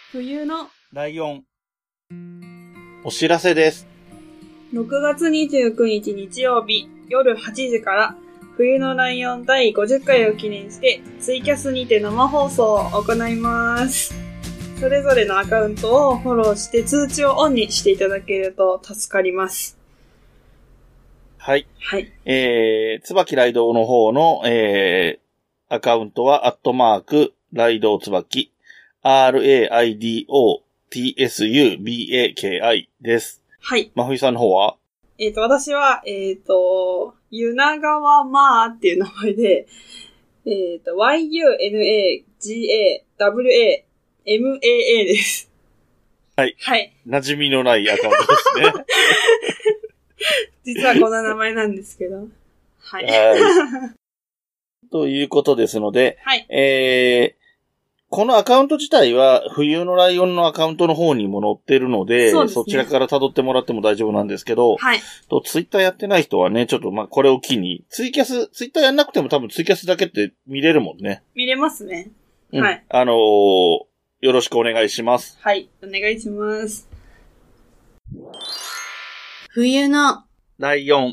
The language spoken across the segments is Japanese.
冬のライオン。お知らせです。 6月29日日曜日夜8時から冬のライオン第50回を記念してツイキャスにて生放送を行います。それぞれのアカウントをフォローして通知をオンにしていただけると助かります。 はい。 はい。 椿ライドの方の、アカウントはライドつばきRAIDOTSUBAKI です。 はい。 真冬さんの方は私は、ユナガワマーっていう名前で、YUNAGAWAMAA です。 はい。 はい。 馴染みのないアカウントですね。 実はこんな名前なんですけど。はい。 ということですので、 はい。 このアカウント自体は冬のライオンのアカウントの方にも載ってるので、 そうですね、 そちらから辿ってもらっても大丈夫なんですけど、 はい。 ツイッターやってない人はね、ちょっとこれを機に、ツイッターやんなくても多分ツイキャスだけって見れるもんね。 見れますね。 うん、 はい。 よろしくお願いします。 はい。お願いします。 冬のライオン。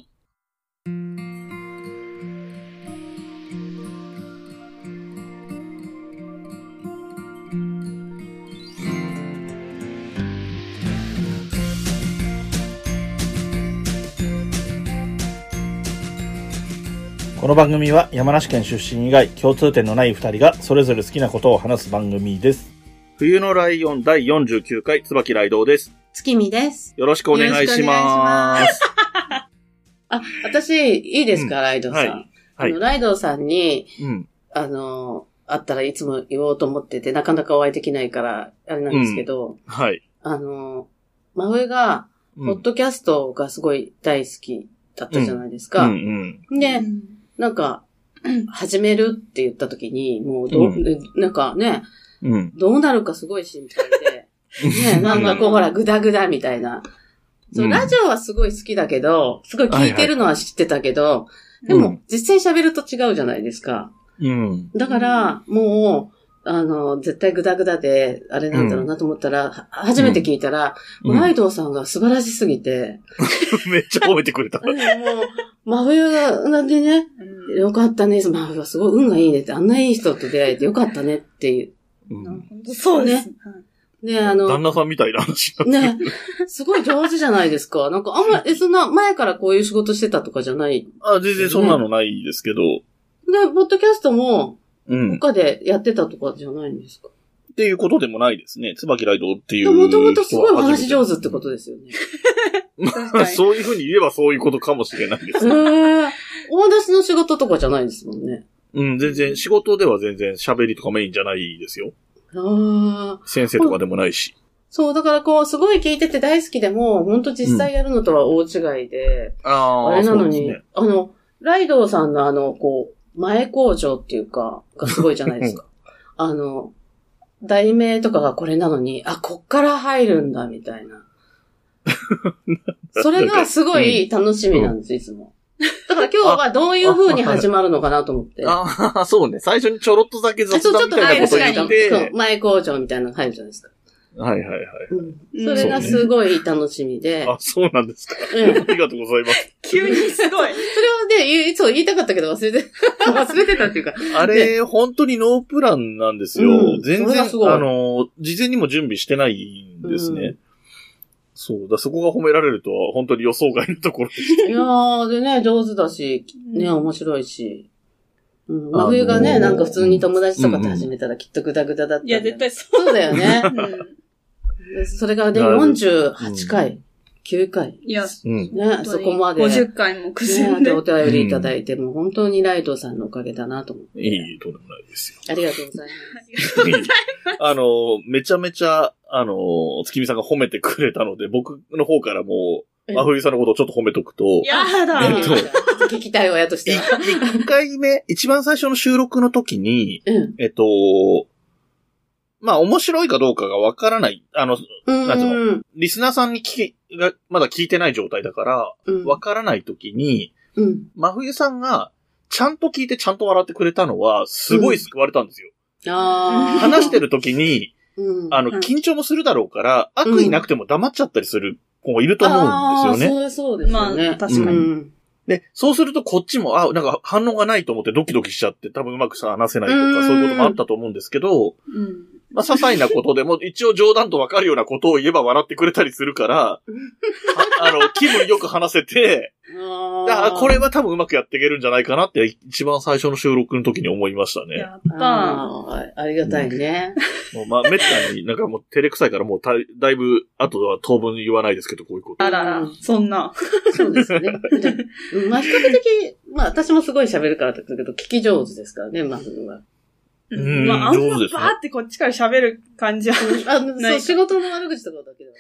この番組は山梨県出身以外共通点のない二人がそれぞれ好きなことを話す番組です。冬のライオン第49回椿ライドウです。 月見です。 よろしくお願いします。 あ、私いいですか、ライドさん。はい。ライドさんに、会ったらいつも言おうと思っててなかなかお会いできないからあれなんですけど、 はい。 真上がポッドキャストがすごい大好きだったじゃないですか。で。なんか、始めるって言った時に、もうなんかね、どうなるかすごい心配で、ね、なんかこうほら、グダグダみたいな。そう、ラジオはすごい好きだけど、すごい聞いてるのは知ってたけど、でも、実際喋ると違うじゃないですか。だから、もう、絶対グダグダで、あれなんだろうなと思ったら、初めて聞いたら、ライドウさんが素晴らしすぎて。 めっちゃ褒めてくれた。 もう、真冬が、なんでね、よかったね、真冬はすごい運がいいねって、あんないい人と出会えてよかったねっていう。 そうです。 ね、 旦那さんみたいな話ね、すごい上手じゃないですか。なんかあんまり、そんな前からこういう仕事してたとかじゃない。 全然そんなのないですけど。で、 ポッドキャストも、他でやってたとかじゃないんですか？ っていうことでもないですね。椿ライドっていう。 もともとすごい話上手ってことですよね。 そういうふうに言えばそういうことかもしれないです。 大出しの仕事とかじゃないですもんね。 全然、仕事では全然喋りとかメインじゃないですよ。先生とかでもないし。 そう、だからこう、すごい聞いてて大好きでも、本当実際やるのとは大違いで、あれなのに、ライドウさんのこう、前工場っていうか、がすごいじゃないですか。題名とかがこれなのに、こっから入るんだ、みたいな。それがすごい楽しみなんです、いつも。だから今日はどういう風に始まるのかなと思って。 そうね。最初にちょろっとだけ雑談みたいなこと言って。 前工場みたいなのが入るじゃないですか。 はい。 それがすごい楽しみで。 そうなんですか。ありがとうございます。 急にすごい。 それをね、いつも言いたかったけど忘れてたっていうか。 あれ、本当にノープランなんですよ。全然、事前にも準備してないんですね。そうだ、そこが褒められるとは本当に予想外のところでした。 いやー、でね、上手だし、ね、面白いし。真冬がね、なんか普通に友達とかと始めたらきっとグダグダだった。 いや、絶対そうだよね。それがね、48回、9回。 いや、 ね、そこまで。 50回も苦しんで。 お便りいただいて、もう本当にライドさんのおかげだなと思って。 とんでもないですよ。 ありがとうございます。 ありがとうございます。 めちゃめちゃ、月見さんが褒めてくれたので、僕の方からもう、真冬さんのことをちょっと褒めとくと。 やだ。 聞きたい親としては。 1回目、一番最初の収録の時に、面白いかどうかがわからない。なんていうの、リスナーさんにがまだ聞いてない状態だから、わからない時に、真冬さんが、ちゃんと聞いてちゃんと笑ってくれたのは、すごい救われたんですよ。話してる時に、 緊張もするだろうから、悪意なくても黙っちゃったりする子もいると思うんですよね。 そうですよね。 まあ、確かに。 で、そうするとこっちも、なんか反応がないと思ってドキドキしちゃって多分うまく話せないとか、そういうこともあったと思うんですけど、まあ、些細なことでも一応冗談と分かるようなことを言えば笑ってくれたりするから、気分よく話せて、これは多分うまくやっていけるんじゃないかなって一番最初の収録の時に思いましたね。 やったー。 ありがたいね。 もうまあ、めったになんかもう照れくさいからもうだいぶ、あとは当分言わないですけど、こういうこと。 あらら、そんな。 そうですね。まあ、比較的、まあ、私もすごい喋るからだけど、聞き上手ですからね、まずは。 まあ、あんまバーってこっちから喋る感じはそう、仕事の悪口とかだけど。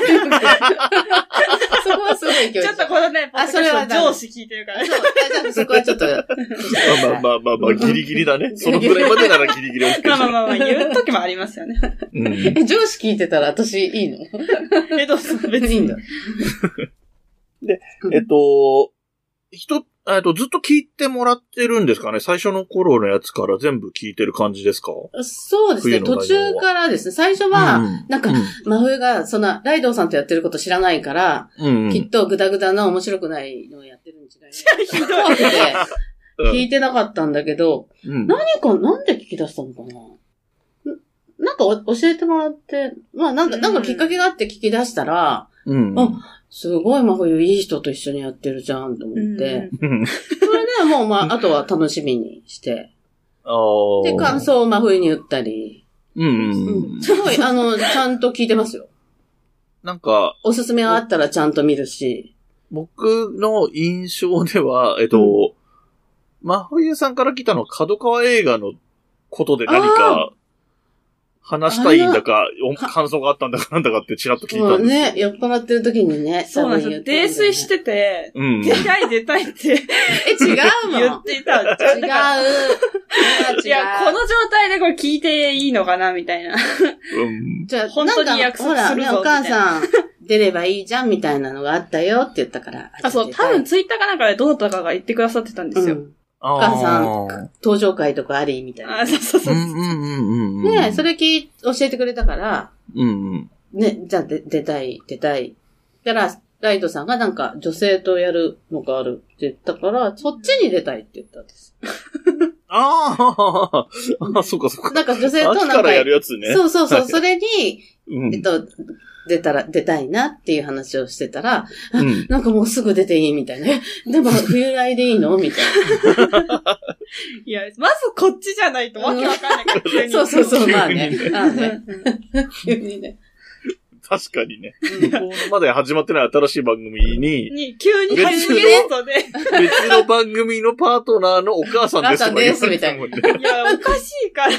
そこはすごい勢い。 ちょっとこのね、それは上司聞いてるからね。 そう、そこはちょっと。 まあ、ギリギリだね。そのぐらいまでならギリギリ OK。 まあ、言う時もありますよね。 上司聞いてたら私いいの？ どうする？別にいいんだ。 で、ずっと聞いてもらってるんですかね？最初の頃のやつから全部聞いてる感じですか？ そうですね。途中からですね。最初は、なんか、真冬が、ライドウさんとやってること知らないから、きっとグダグダの面白くないのをやってるに違いない。ひどいで、聞いてなかったんだけど、なんで聞き出したのかな？なんか教えてもらって、まあなんかきっかけがあって聞き出したら、すごい真冬いい人と一緒にやってるじゃんと思って。それでもうあとは楽しみにして。で、感想を真冬に言ったり。すごい、ちゃんと聞いてますよ。 なんか、 おすすめがあったらちゃんと見るし。 僕の印象では、真冬さんから来たのは角川映画のことで何か、話したいんだか、感想があったんだかなんだかってチラッと聞いたんですね、酔っ払ってる時にね。 そうなんですよ。泥酔してて、出たいって。 違うの？ 言っていた。 違う。 いや、この状態でこれ聞いていいのかなみたいな。 じゃあ、 本当に約束するぞ。 お母さん、出ればいいじゃんみたいなのがあったよって言ったから。 そう、多分ツイッターかなんかでどなたかが言ってくださってたんですよ。 お母さん、登場会とかありみたいな。 そう。 ねそれ教えてくれたから、ね、じゃあ出たい。だから、ライトさんがなんか女性とやるのがあるって言ったから、そっちに出たいって言ったんです。 そうか。 なんか女性となんか。 からやるやつね。 そう。それに、出たいなっていう話をしてたら、なんかもうすぐ出ていいみたいな。でも冬来でいいのみたいな。 いや、まずこっちじゃないとわけわかんないから急に。 そう、まあね。急にね。 確かにね。まだ始まってない新しい番組に急に始めることで。 別の番組のパートナーのお母さんですとか言われたもんね。 いや、おかしいから。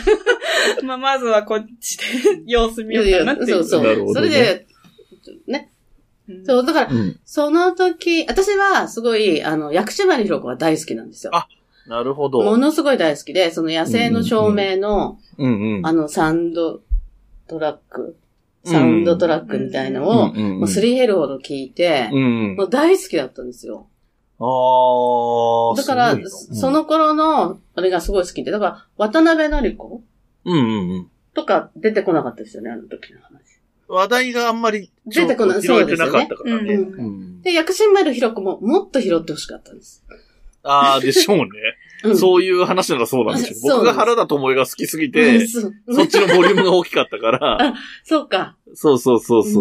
まずはこっちで様子見ようかなっていう。 そう。それで、ね。そう、だから、その時、私はすごい、薬師丸ひろ子は大好きなんですよ。 なるほど。 ものすごい大好きで、その野生の照明の、サウンドトラックみたいのを、もうすり減るほど聞いて、もう大好きだったんですよ。だから、その頃の、あれがすごい好きで、だから、渡辺典子とか出てこなかったですよね、あの時の話。 話題があんまり出てこない。 拾えてなかったからね。 で、薬師丸ひろ子ももっと拾ってほしかったんです。 でしょうね。そういう話ならそうなんですよ。僕が原田智恵が好きすぎて、そっちのボリュームが大きかったから。 そうか。 そう。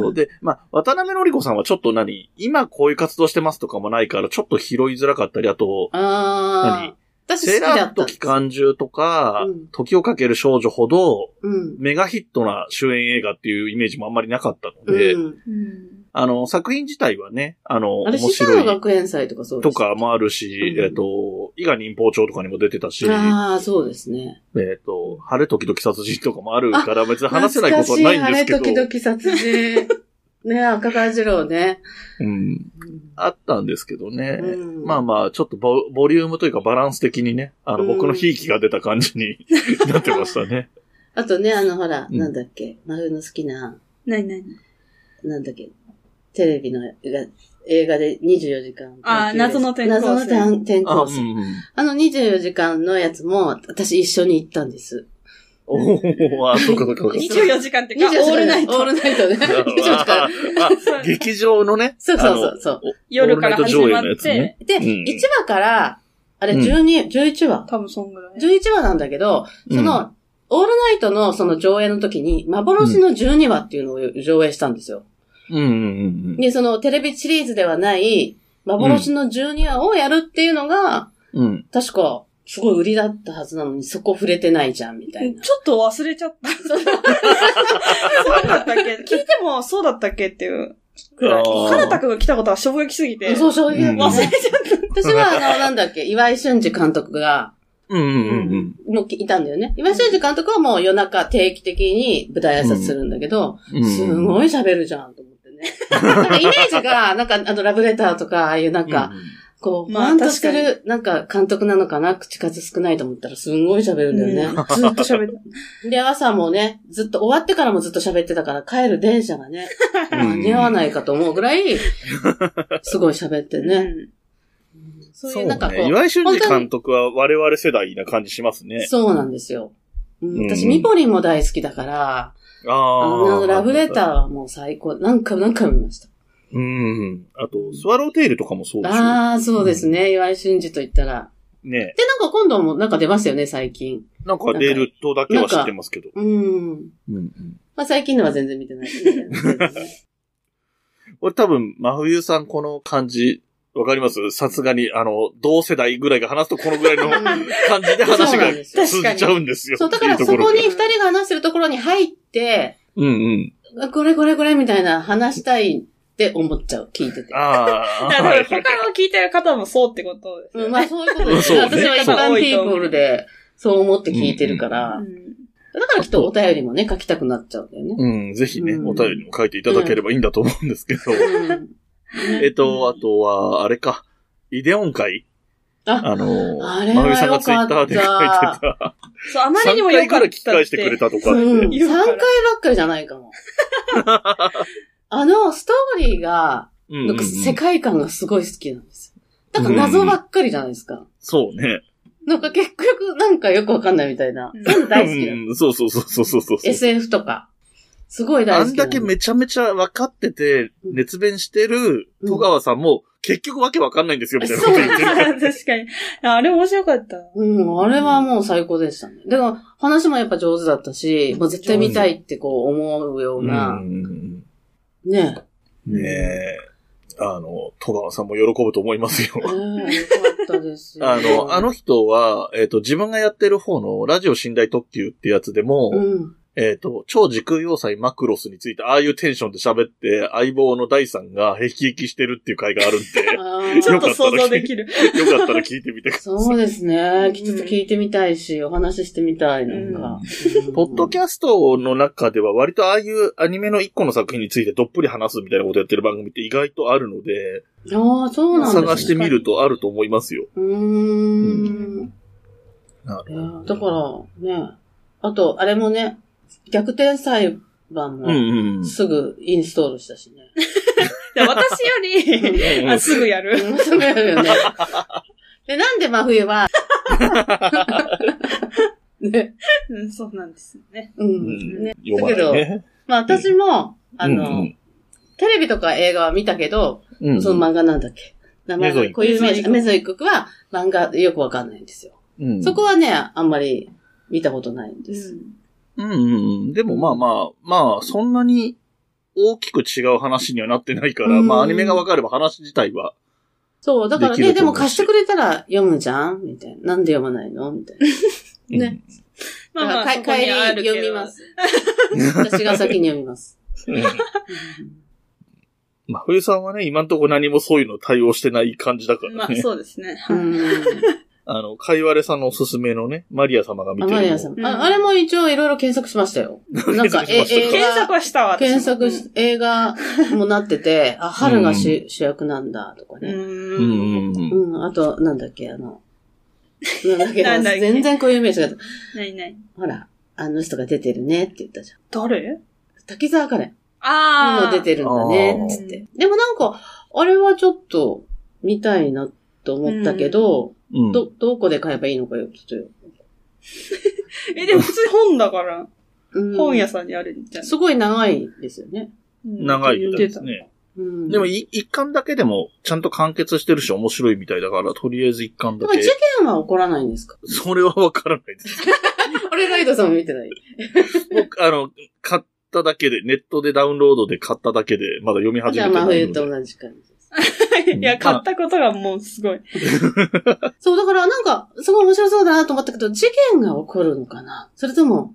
で、渡辺典子さんはちょっと今こういう活動してますとかもないから、ちょっと拾いづらかったり、あと、セーラー服と機関銃とか、時をかける少女ほど、メガヒットな主演映画っていうイメージもあんまりなかったので、作品自体はね、面白い。 シサの学園祭とかそうです。 とかもあるし、伊賀忍法帳とかにも出てたし、 そうですね。 晴れ時々殺人とかもあるから、別に話せないことはないんですけど。 晴れ時々殺人。ね、赤川次郎ね。 あったんですけどね。まあ、ちょっとボリュームというかバランス的にね、僕のひいきが出た感じになってましたね。 あとね、ほら、なんだっけ、真冬の好きな。 なんだっけ、テレビの映画で24時間。 謎の転校生。 謎の転校生。24時間のやつも、私一緒に行ったんです。 そうかそうか。 24時間っていうか、オールナイト。 オールナイトね。 劇場のね。 そう。 夜から始まって。 で、1話から、あれ11話多分そんぐらい。 11話なんだけど、その、オールナイトのその上映の時に、幻の12話っていうのを上映したんですよ。で、そのテレビシリーズではない、幻の12話をやるっていうのが、確か、すごい売りだったはずなのに、そこ触れてないじゃん、みたいな。 ちょっと忘れちゃった。そうだったっけ聞いてもそうだったっけっていう。かなたくんが来たことは衝撃すぎて。 そう、衝撃、 忘れちゃった。 私はなんだっけ、岩井俊二監督が、いたんだよね。岩井俊二監督はもう夜中定期的に舞台挨拶するんだけど、すごい喋るじゃん、と思ってね。なんかイメージが、なんかラブレターとか、ああいうなんか、こう、マンとしてる、なんか監督なのかな、口数少ないと思ったらすんごい喋るんだよね。 ずっと喋ってた。で、朝もね、ずっと終わってからもずっと喋ってたから、帰る電車がね、間に合わないかと思うぐらい、すごい喋ってね。 そういうなんかこう。岩井俊二監督は我々世代な感じしますね。 そうなんですよ。私、ミポリンも大好きだから、ラブレターはもう最高。何回も見ました。 あと、スワローテイルとかもそうですよ。 そうですね。岩井俊二と言ったら。 ね。 で、なんか今度もなんか出ますよね、最近。 なんか出るとだけは知ってますけど。 まあ最近のは全然見てないですね。 俺多分、真冬さんこの感じ、わかります？さすがに、同世代ぐらいが話すとこのぐらいの感じで話が通じちゃうんですよ。 そう、だからそこに二人が話してるところに入って、これみたいな話したいって思っちゃう、聞いてて。 だから他の聞いてる方もそうってことですよね。 まあそういうことですね。私は一般ピープルでそう思って聞いてるから。だからきっとお便りもね、書きたくなっちゃうんだよね。 ぜひね、お便りも書いていただければいいんだと思うんですけど。あとは、あれか、イデオン会あれまふみさんがツイッターで書いてた。 そう、あまりにもよかったって。3回から聞き返してくれたとか。 3回ばっかりじゃないかも。ストーリーが、世界観がすごい好きなんですよ。だから謎ばっかりじゃないですか。 そうね。 なんか結局なんかよくわかんないみたいな。そういうの大好きだ。 そう。 SF とか。すごい大好き。 あんだけめちゃめちゃ分かってて、熱弁してる戸川さんも、結局わけわかんないんですよ、みたいなこと言ってる。 確かに。あれ面白かった。 あれはもう最高でしたね。でも、話もやっぱ上手だったし、もう絶対見たいってこう思うような。ねえ。戸川さんも喜ぶと思いますよ。 よかったですよ。 あの人は、自分がやってる方のラジオ寝台特急ってやつでも、超時空要塞マクロスについてああいうテンションで喋って、相棒のダイさんがヘキヘキしてるっていう回があるんで、 ちょっと想像できる。 よかったら聞いてみてください。 そうですね。ちょっと聞いてみたいし、お話ししてみたい、なんか。 ポッドキャストの中では割とああいうアニメの一個の作品についてどっぷり話すみたいなことやってる番組って意外とあるので、 そうなんですね。 探してみるとあると思いますよ。 だからね、あと、あれもね、逆転裁判もすぐインストールしたしね。 私よりすぐやる。 すぐやるよね。で、なんで真冬はね、 そうなんですよね。 だけど、まあ私も、テレビとか映画は見たけど、その漫画なんだっけ。名前がこういうメゾイクは漫画よくわかんないんですよ。そこはね、あんまり見たことないんです。 でもまあ、そんなに大きく違う話にはなってないから、まあアニメがわかれば話自体は。 そう、だからね、でも貸してくれたら読むじゃんみたいな。なんで読まないのみたいな。ね。まあ、帰り読みます。私が先に読みます。 まあ、冬さんはね、今んとこ何もそういうの対応してない感じだからね。 まあ、そうですね。 かいわれさんのおすすめのね、マリア様が見てる。 マリア様。あれも一応いろいろ検索しましたよ。なんか、 検索はしたわ。 映画もなってて、春が主役なんだ、とかね。あと、なんだっけ、全然こういうイメージが。ほら、あの人が出てるねって言ったじゃん。 誰？ 滝沢カレン。も出てるんだね、つって。でもなんか、あれはちょっと見たいなと思ったけど、どこで買えばいいのかよ、ちょっと。 でも普通に本だから、本屋さんにあるんじゃん。 すごい長いですよね。 長いですね。でも一巻だけでもちゃんと完結してるし面白いみたいだから、とりあえず一巻だけ。 でも事件は起こらないんですか？ それはわからないです。 俺ライドさんも見てない。 僕、買っただけで、ネットでダウンロードで買っただけで、まだ読み始めてないので。 じゃあ真冬と同じ感じです。 いや、買ったことがもうすごい。 そう、だからなんか、すごい面白そうだなと思ったけど、事件が起こるのかな？それとも、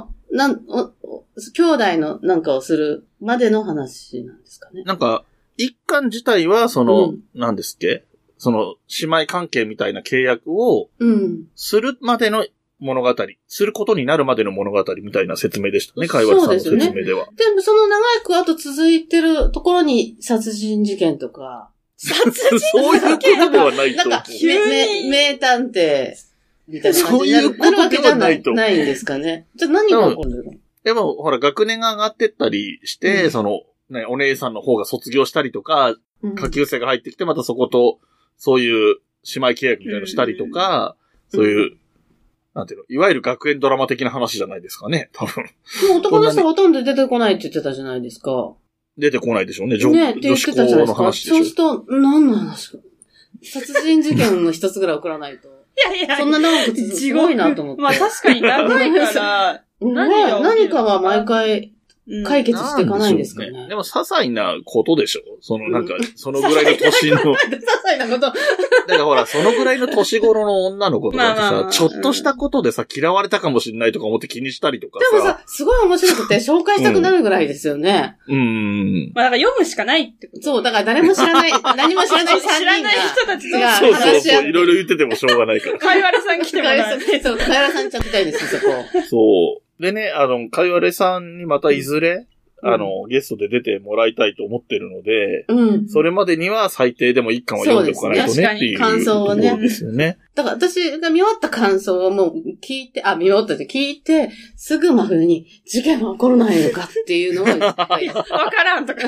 兄弟のなんかをするまでの話なんですかね。 なんか、一巻自体は、何ですっけ？姉妹関係みたいな契約を、するまでの物語、することになるまでの物語みたいな説明でしたね、会話さんの説明では。 でもその長く後続いてるところに殺人事件とか、 殺人事件そういうことではないと思う。 なんか、名探偵みたいな感じになるわけじゃないんですかね。じゃあ何が起こるの？ でも、ほら、学年が上がってったりして、お姉さんの方が卒業したりとか、下級生が入ってきて、またそこと、そういう姉妹契約みたいなのしたりとか、そういう、なんていうの、いわゆる学園ドラマ的な話じゃないですかね、多分。 もう男の人ほとんど出てこないって言ってたじゃないですか。 出てこないでしょうね、 女子校の話でしょ。そうすると、何の話か。殺人事件の一つぐらい起こらないと。 いや、 そんな長く続くすごいなと思って。 まあ確かに長いから、 何かは毎回解決していかないんですかね。 でも、些細なことでしょ？なんか、そのぐらいの年の。些細なこと。 だからほら、そのぐらいの年頃の女の子とかってさ、ちょっとしたことでさ、嫌われたかもしれないとか思って気にしたりとかさ。 でもさ、すごい面白くて紹介したくなるぐらいですよね。 まあだから読むしかないってこと。 そう、だから誰も知らない、何も知らない3人が。 知らない人たちがそう、いろいろ言っててもしょうがないから。 かいわれさん来てもらう。 そう、かいわれさんちゃってたいですよ、そこ。 そう。でね、かいわれさんにまたいずれ、ゲストで出てもらいたいと思ってるので、それまでには最低でも一巻は読んでおかないとねっていう感想をね。ですよね。 だから私が見終わった感想をもう聞いて、見終わったって聞いて、すぐ真冬に事件は起こらないのかっていうのを言ってたい。 わからんとか。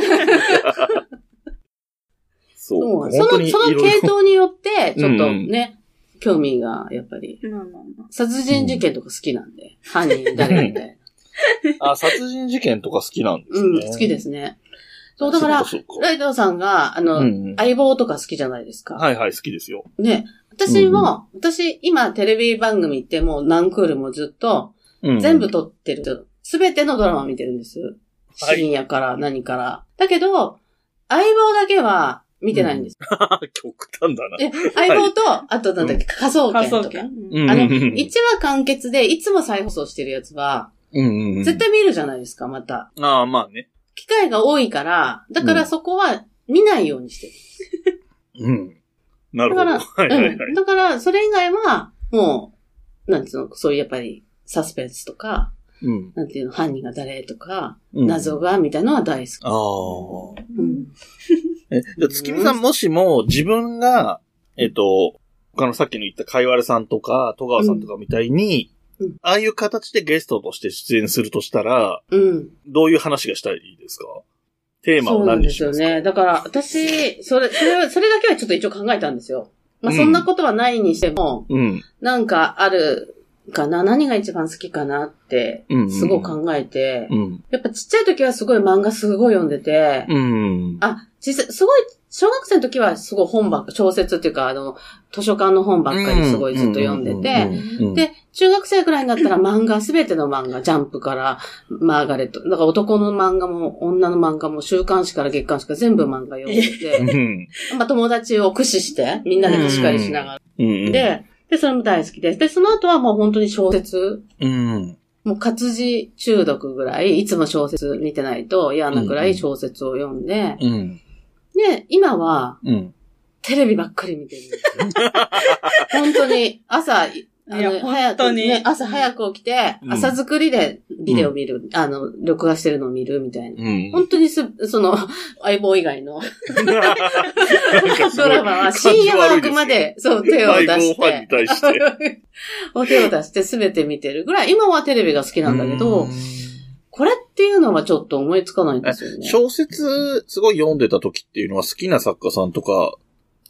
そう。その系統によって、ちょっとね、興味がやっぱり、殺人事件とか好きなんで、犯人誰みたいな。 殺人事件とか好きなんですね。 好きですね。そう、だから、ライドさんが、相棒とか好きじゃないですか。 はいはい、好きですよ。 ね。私、今、テレビ番組ってもう何クールもずっと、全部撮ってる。すべてのドラマを見てるんです。深夜から何から。だけど、相棒だけは見てないんです。 極端だな。 相棒と、あとなんだっけ、科捜研とか。1話完結で、いつも再放送してるやつは、絶対見るじゃないですか、また。 まあね。 機会が多いから、だからそこは見ないようにしてる。 なるほど。 だから、それ以外は、もう、なんていうの、そういうやっぱり、サスペンスとか、なんていうの、犯人が誰とか、謎が、みたいなのは大好き。 じゃあ、月見さんもしも自分が、他のさっきの言ったかいわれさんとか、戸川さんとかみたいに、ああいう形でゲストとして出演するとしたら、どういう話がしたいですか？テーマを何にしますか？そうなんですよね。 だから、私、それだけはちょっと一応考えたんですよ。まあ、そんなことはないにしても、なんかあるかな、何が一番好きかなって、すごい考えて、やっぱちっちゃい時はすごい漫画すごい読んでて、実際、すごい、小学生の時はすごい本ばっか、小説っていうか、図書館の本ばっかりすごいずっと読んでて、で、中学生くらいになったら漫画、すべての漫画、ジャンプからマーガレット、だから男の漫画も女の漫画も週刊誌から月刊誌から全部漫画読んでて、まあ友達を駆使して、みんなで貸し借りしながら。で、それも大好きです。で、その後はもう本当に小説。もう活字中毒ぐらい、いつも小説見てないと嫌なくらい小説を読んで、で、今は、テレビばっかり見てる。本当に、朝、早く、ね、朝早く起きて、朝作りでビデオ見る、録画してるのを見るみたいな。本当に相棒以外のドラマは深夜はあくまで、そう、手を出して、手を出して全て見てるぐらい、今はテレビが好きなんだけど、これっていうのはちょっと思いつかないんですよね。 小説すごい読んでた時っていうのは好きな作家さんとか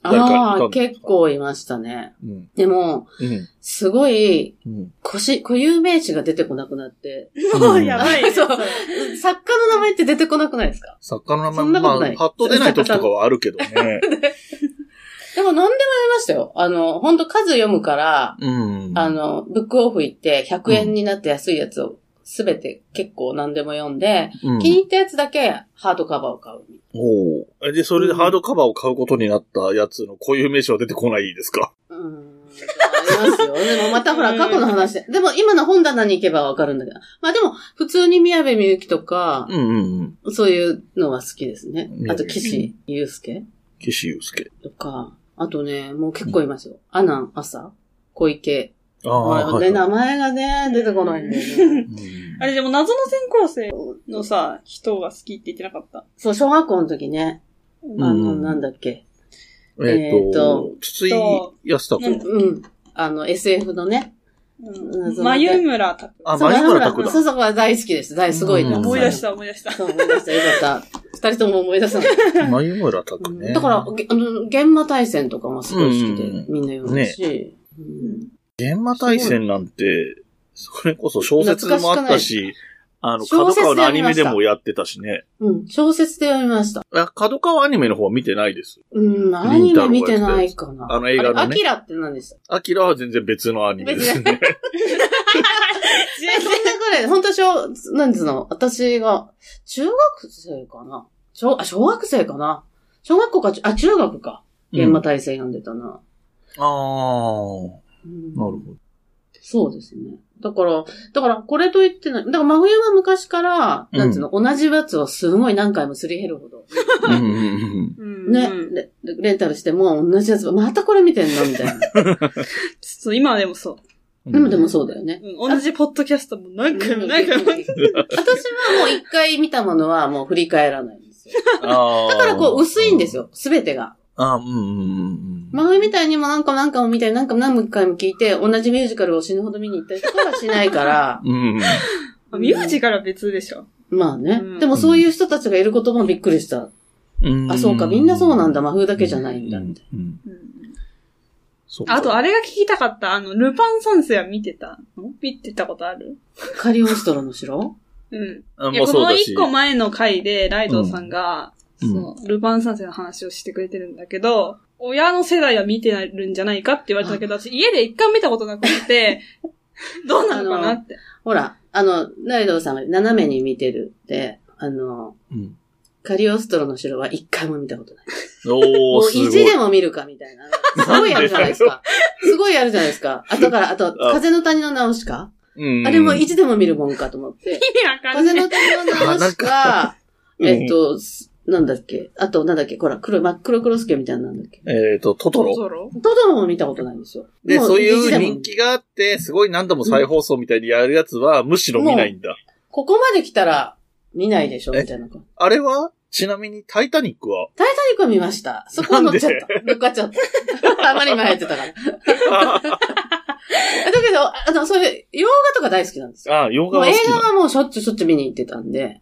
ああ、結構いましたね。うん、でも、うん、すごい、固有名詞が出てこなくなって。 もうやばい、ね。 そう。作家の名前って出てこなくないですか？ 作家の名前も、まあ、パッと出ない時とかはあるけどね。 でも何でも読みましたよ。ほんと数読むから、ブックオフ行って100円になって安いやつをすべて結構何でも読んで、気に入ったやつだけハードカバーを買う。 おー。で、それでハードカバーを買うことになったやつの固有名詞は出てこないですか？ ありますよ。でもまたほら過去の話で。でも今の本棚に行けばわかるんだけど。まあでも普通に宮部みゆきとか、そういうのは好きですね。あと岸優介とか、あとね、もう結構いますよ。アナン、朝、小池。名前がね、出てこないんだよね。 あれでも謎の転校生のさ、人が好きって言ってなかった？ そう、小学校の時ね。なんだっけ。 筒井康太子。SF のね。 眉村拓。 眉村拓だ。 そうそう、大好きです。すごいな。 思い出した。 そう、思い出した。よかった。二人とも思い出さない。 眉村拓ね。 だから、現場大戦とかもすごい好きで、みんな読むし。 現場大戦なんて、それこそ小説もあったし、角川のアニメでもやってたしね。 小説で読みました。 角川アニメの方は見てないです。 アニメ見てないかな。 映画のね。 アキラって何でした？ アキラは全然別のアニメですね。そんなぐらい、本当なんですの、私が、中学生かな？小学生かな？小学校か、中学か。現場大戦読んでたな。 なるほど。 そうですね。だからこれと言ってない。だから真冬は昔から、なんつうの、同じやつをすごい何回もすり減るほど。ね、レンタルしても同じやつ、またこれ見てんのみたいな。 今でもそう。 でもそうだよね。 同じポッドキャストも何回も。私はもう一回見たものはもう振り返らないんですよ。だから薄いんですよ。すべてが。真冬みたいにも何回も見たり、何回も聞いて、同じミュージカルを死ぬほど見に行ったりとかはしないから。 ミュージカルは別でしょ。 まあね。でもそういう人たちがいることもびっくりした。そうか、みんなそうなんだ、真冬だけじゃないんだ、みたいな。あと、あれが聞きたかった。ルパン三世は見てたことある？ カリオストロの城？ この一個前の回で、ライドウさんが、ルパン三世の話をしてくれてるんだけど、親の世代は見てるんじゃないかって言われたけど、私家で一回見たことなくて、どうなのかなって。 ほら、ライドウさんが斜めに見てるって、カリオストロの城は一回も見たことない。もう意地でも見るかみたいな。すごいやるじゃないですか。あと、風の谷のナウシカ？あれも意地でも見るもんかと思って。 意味わかんない。 風の谷のナウシカ、なんだっけほら、真っ黒クロスケみたいななんだっけトトロも見たことないんですよ。 で、そういう人気があって、すごい何度も再放送みたいにやるやつは、むしろ見ないんだ。 ここまで来たら、見ないでしょみたいな。 あれはちなみに、タイタニックは見ました。そこは乗っちゃった。乗っかっちゃった。あまり前やってたから。だけど、そういう洋画とか大好きなんですよ。 洋画は好き。 映画はもうしょっちゅう見に行ってたんで。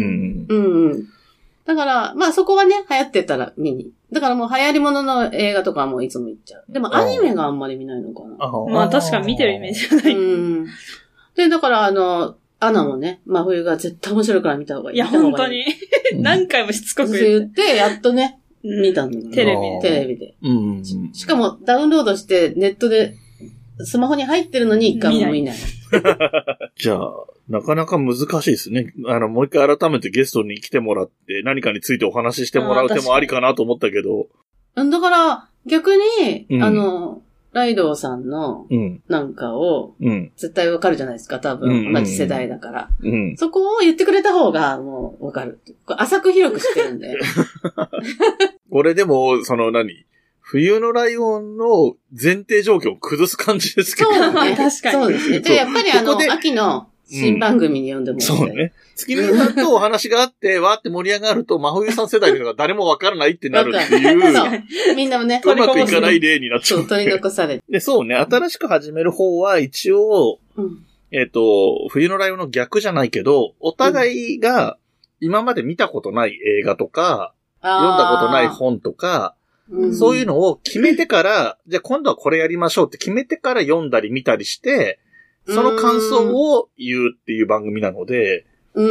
だから、まあそこはね、流行ってたら見に。だからもう流行り物の映画とかはもういつも行っちゃう。でもアニメがあんまり見ないのかな。 まあ確かに見てるイメージがない。 で、だからアナもね、真冬が絶対面白いから見た方がいい。 いや、本当に。何回もしつこく言って、やっとね、見たんだ。 テレビで。 しかもダウンロードしてネットでスマホに入ってるのに一回も見ない。 じゃあ、なかなか難しいですね。もう一回改めてゲストに来てもらって何かについてお話ししてもらう手もありかなと思ったけど。 だから、逆に、ライドウさんのなんかを絶対わかるじゃないですか、多分。同じ世代だから。そこを言ってくれた方がもうわかる。浅く広く知ってるんで。 これでも、冬のライオンの前提条件を崩す感じですけど。 そうね。確かに。そうですね。じゃあやっぱり秋の新番組に読んでもらって。 そうね。月見さんとお話があって、わーって盛り上がると、真冬さん世代の人が誰もわからないってなるっていう。 そう。みんなもね。 うまくいかない例になっちゃう。 そう、取り残されて。 で、そうね。新しく始める方は一応、冬のライオンの逆じゃないけど、お互いが今まで見たことない映画とか、読んだことない本とか、 そういうのを決めてから、じゃあ今度はこれやりましょうって決めてから読んだり見たりして、その感想を言うっていう番組なので、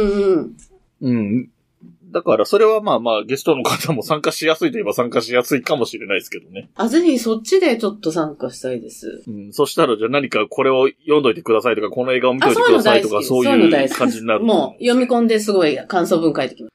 だからそれはまあまあゲストの方も参加しやすいといえば参加しやすいかもしれないですけどね。 ぜひそっちでちょっと参加したいです。 そしたらじゃあ何かこれを読んどいてくださいとか、この映画を見といてくださいとか、そういう感じになる。 もう読み込んですごい感想文書いてきます。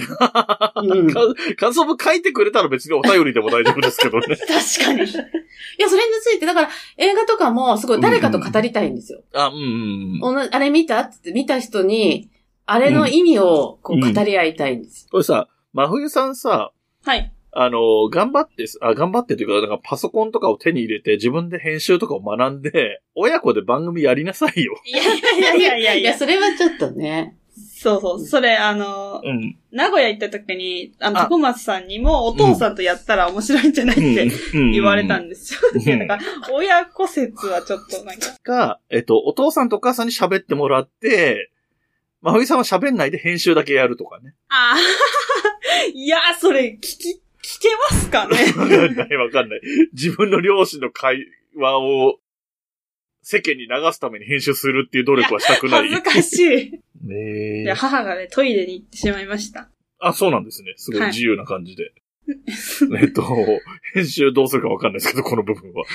感想文書いてくれたら別にお便りでも大丈夫ですけどね。 確かに。いや、それについて、だから映画とかもすごい誰かと語りたいんですよ。あれ見たって見た人に、あれの意味をこう語り合いたいんです。 これさ、真冬さんさ、 はい。 頑張ってというか、なんかパソコンとかを手に入れて自分で編集とかを学んで、親子で番組やりなさいよ。 いや、それはちょっとね。 そう。それ、名古屋行った時に、徳松さんにもお父さんとやったら面白いんじゃないって言われたんですよ。だから、親子説はちょっとなんか。 お父さんとお母さんに喋ってもらって、真冬さんは喋んないで編集だけやるとかね。 いや、それ、聞けますかね。 わかんない。自分の両親の会話を世間に流すために編集するっていう努力はしたくない。 恥ずかしい。 いや、母がね、トイレに行ってしまいました。 そうなんですね。すごい自由な感じで。編集どうするかわかんないですけど、この部分は。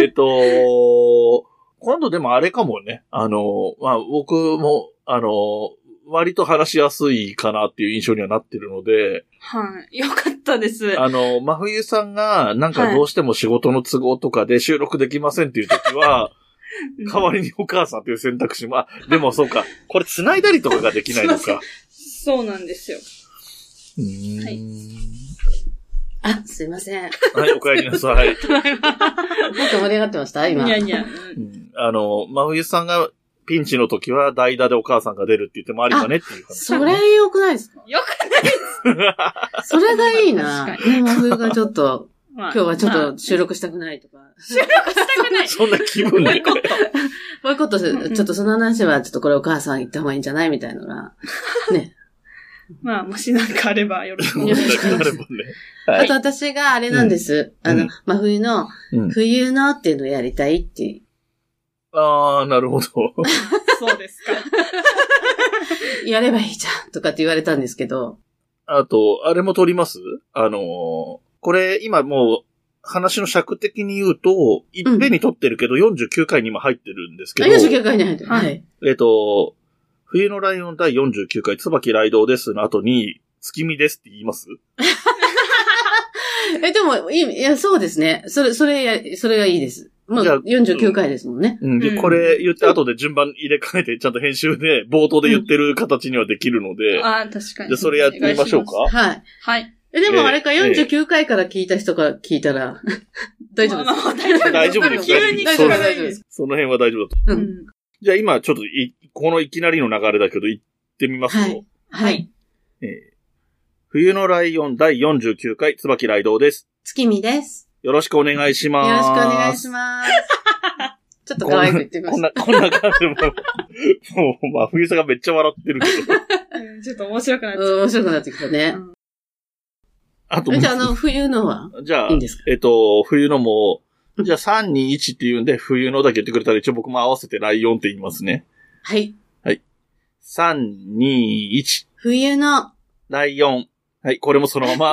今度でもあれかもね。僕も、割と話しやすいかなっていう印象にはなってるので。 はい。よかったです。 真冬さんが、なんかどうしても仕事の都合とかで収録できませんっていう時は、代わりにお母さんという選択肢も、でもそうか、これ繋いだりとかができないのか。 そうなんですよ。はい。 すいません。 はい、お帰りなさい。なんか盛り上がってました今。 いや。 真冬さんがピンチの時は代打でお母さんが出るって言ってもありかねっていう話。 それ良くないですか？ 良くないです。 それがいいな。真冬がちょっと、今日はちょっと収録したくないとか。 収録したくないそんな気分ね。 ボイコット、ちょっとその話はちょっとこれお母さん言った方がいいんじゃないみたいなのが。ね。 もしなんかあればよろしくお願いします。 あと私があれなんです。真冬の、冬のっていうのをやりたいっていう。 なるほど。 そうですか。 やればいいじゃんとかって言われたんですけど。 あと、あれも撮ります？これ今もう話の尺的に言うと、いっぺんに撮ってるけど49回に今入ってるんですけど。 49回に入ってる。はい。 冬のライオン第49回、椿雷道ですの後に、月見ですって言います？ でも、いや、そうですね。それがいいです。もう49回ですもんね。 で、これ言って後で順番入れ替えて、ちゃんと編集で冒頭で言ってる形にはできるので。 確かに。 じゃそれやってみましょうか。 はい。 はい。 でもあれか、49回から聞いた人が聞いたら、大丈夫です。 大丈夫です。 大丈夫です。 その辺は大丈夫だと。じゃあ今ちょっとこのいきなりの流れだけど行ってみますよ。 はい。 冬のライオン第49回、椿雷道です。 月見です。 よろしくお願いします。 よろしくお願いします。ちょっと可愛く言ってみました。 こんな感じでもう、冬さんがめっちゃ笑ってるけど。 ちょっと面白くなってきた。 面白くなってきたね。あとじゃあ、冬のはじゃあ、 いいんですか？ 冬のも、じゃあ3、2、1って言うんで、冬のだけ言ってくれたら一応僕も合わせてライオンって言いますね。 はい。 はい。3、2、1。 冬のライオン。はい、これもそのまま、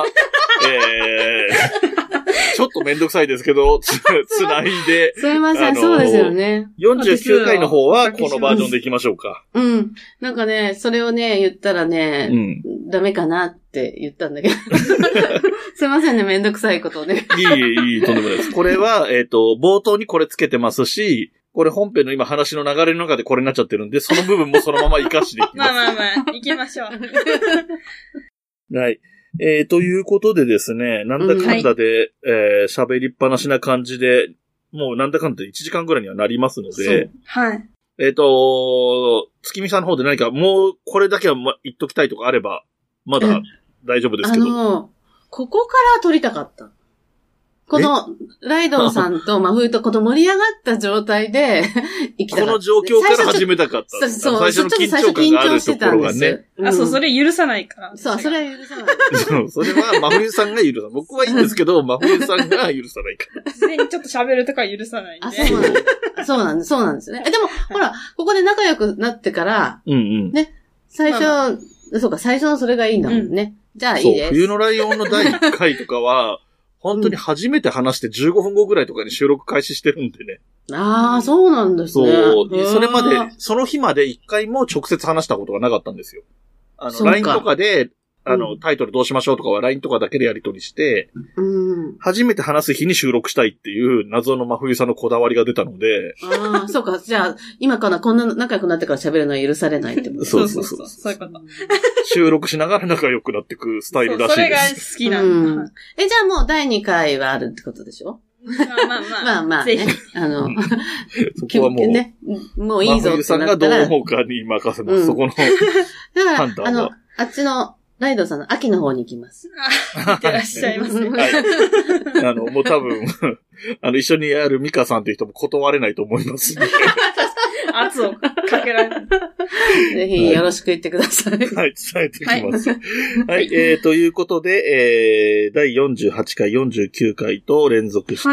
ちょっとめんどくさいですけど、つないで。 すいません、そうですよね。 49回の方はこのバージョンでいきましょうか。 なんかね、それをね、言ったらね、ダメかなって言ったんだけど。すいませんね、めんどくさいことをね。 いい、とんでもないです。これは、冒頭にこれつけてますし、これ本編の今話の流れの中でこれになっちゃってるんで、その部分もそのまま活かしていきます。 行きましょう。 はい。ということでですね、なんだかんだで、喋りっぱなしな感じで、もうなんだかんだで1時間ぐらいにはなりますので、 はい。 月見さんの方で何かもうこれだけは言っときたいとかあれば、まだ大丈夫ですけど。 ここから撮りたかった。 この、ライドウさんと真冬とこの盛り上がった状態で行きたかった。 この状況から始めたかった。 そう、最初の緊張感があるところがね。 そう、それ許さないから。 そう、それは許さない。 それは真冬さんが許さない。僕はいいんですけど、真冬さんが許さないから。 自然にちょっと喋るとか許さないんで。 そうなんですね。でも、ほら、ここで仲良くなってから、ね、最初のそれがいいんだもんね。じゃあいいです。 そう、冬のライオンの第1回とかは、本当に初めて話して15分後ぐらいとかに収録開始してるんでね。 ああ、そうなんですね。 そう。それまで、その日まで1回も直接話したことがなかったんですよ。LINE とかで、タイトルどうしましょうとかは LINE とかだけでやり取りして、初めて話す日に収録したいっていう謎の真冬さんのこだわりが出たので。 ああ、そうか。じゃあ、今からこんな仲良くなってから喋るのは許されないってこと。 そう。 そういうこと。収録しながら仲良くなっていくスタイルらしいです。それが好きなんだ。 じゃあもう第2回はあるってことでしょ？まあ、ね。 そこはもう、 ね、もういいぞってなったら。真冬さんがどう思うかに任せます。そこの判断は。 あっちの、ライドさんの秋の方に行きます。 行ってらっしゃいますね。 はい。もう多分、一緒にやるミカさんっていう人も断れないと思います、ね。 圧をかけられる。 ぜひよろしく言ってください。 はい、伝えていきます。はい、ということで、第48回、49回と連続して、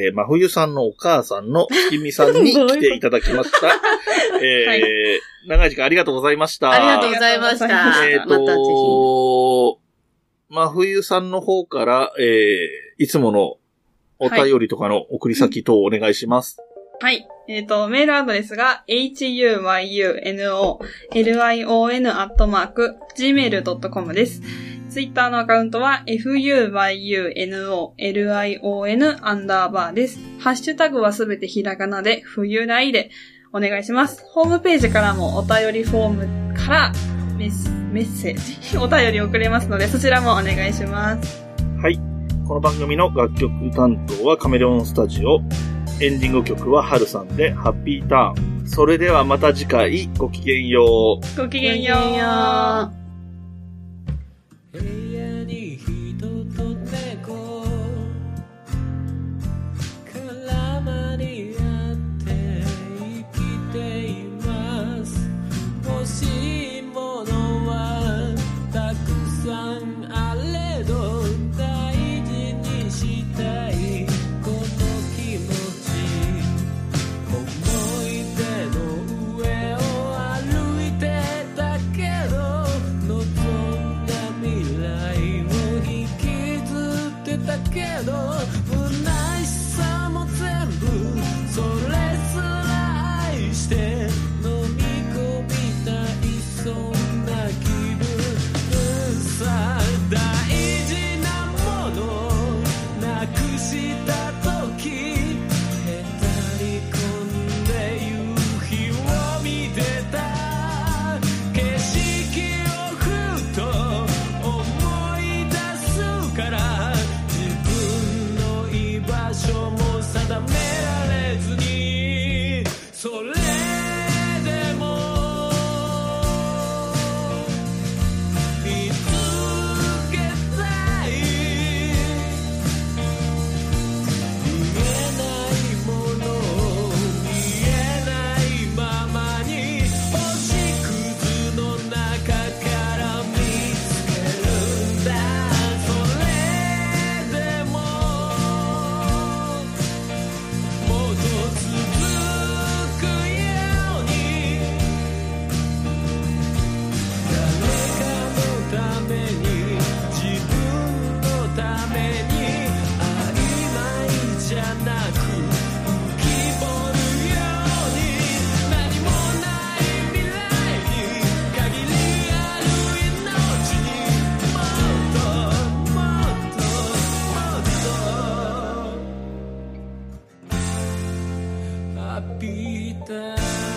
真冬さんのお母さんの月見さんに来ていただきました。長い時間ありがとうございました。 ありがとうございました。またぜひ。 真冬さんの方から、いつものお便りとかの送り先等お願いします。 はい。メールアドレスが huyunolion@gmail.com です。ツイッターのアカウントは fuyunolion_ です。ハッシュタグはすべてひらがなで冬来でお願いします。ホームページからもお便りフォームからメッセージ、お便り送れますので、そちらもお願いします。 はい。この番組の楽曲担当はカメレオンスタジオ。エンディング曲は春さんでハッピーターン。それではまた次回ごきげんよう。 ごきげんよう。 Happy time.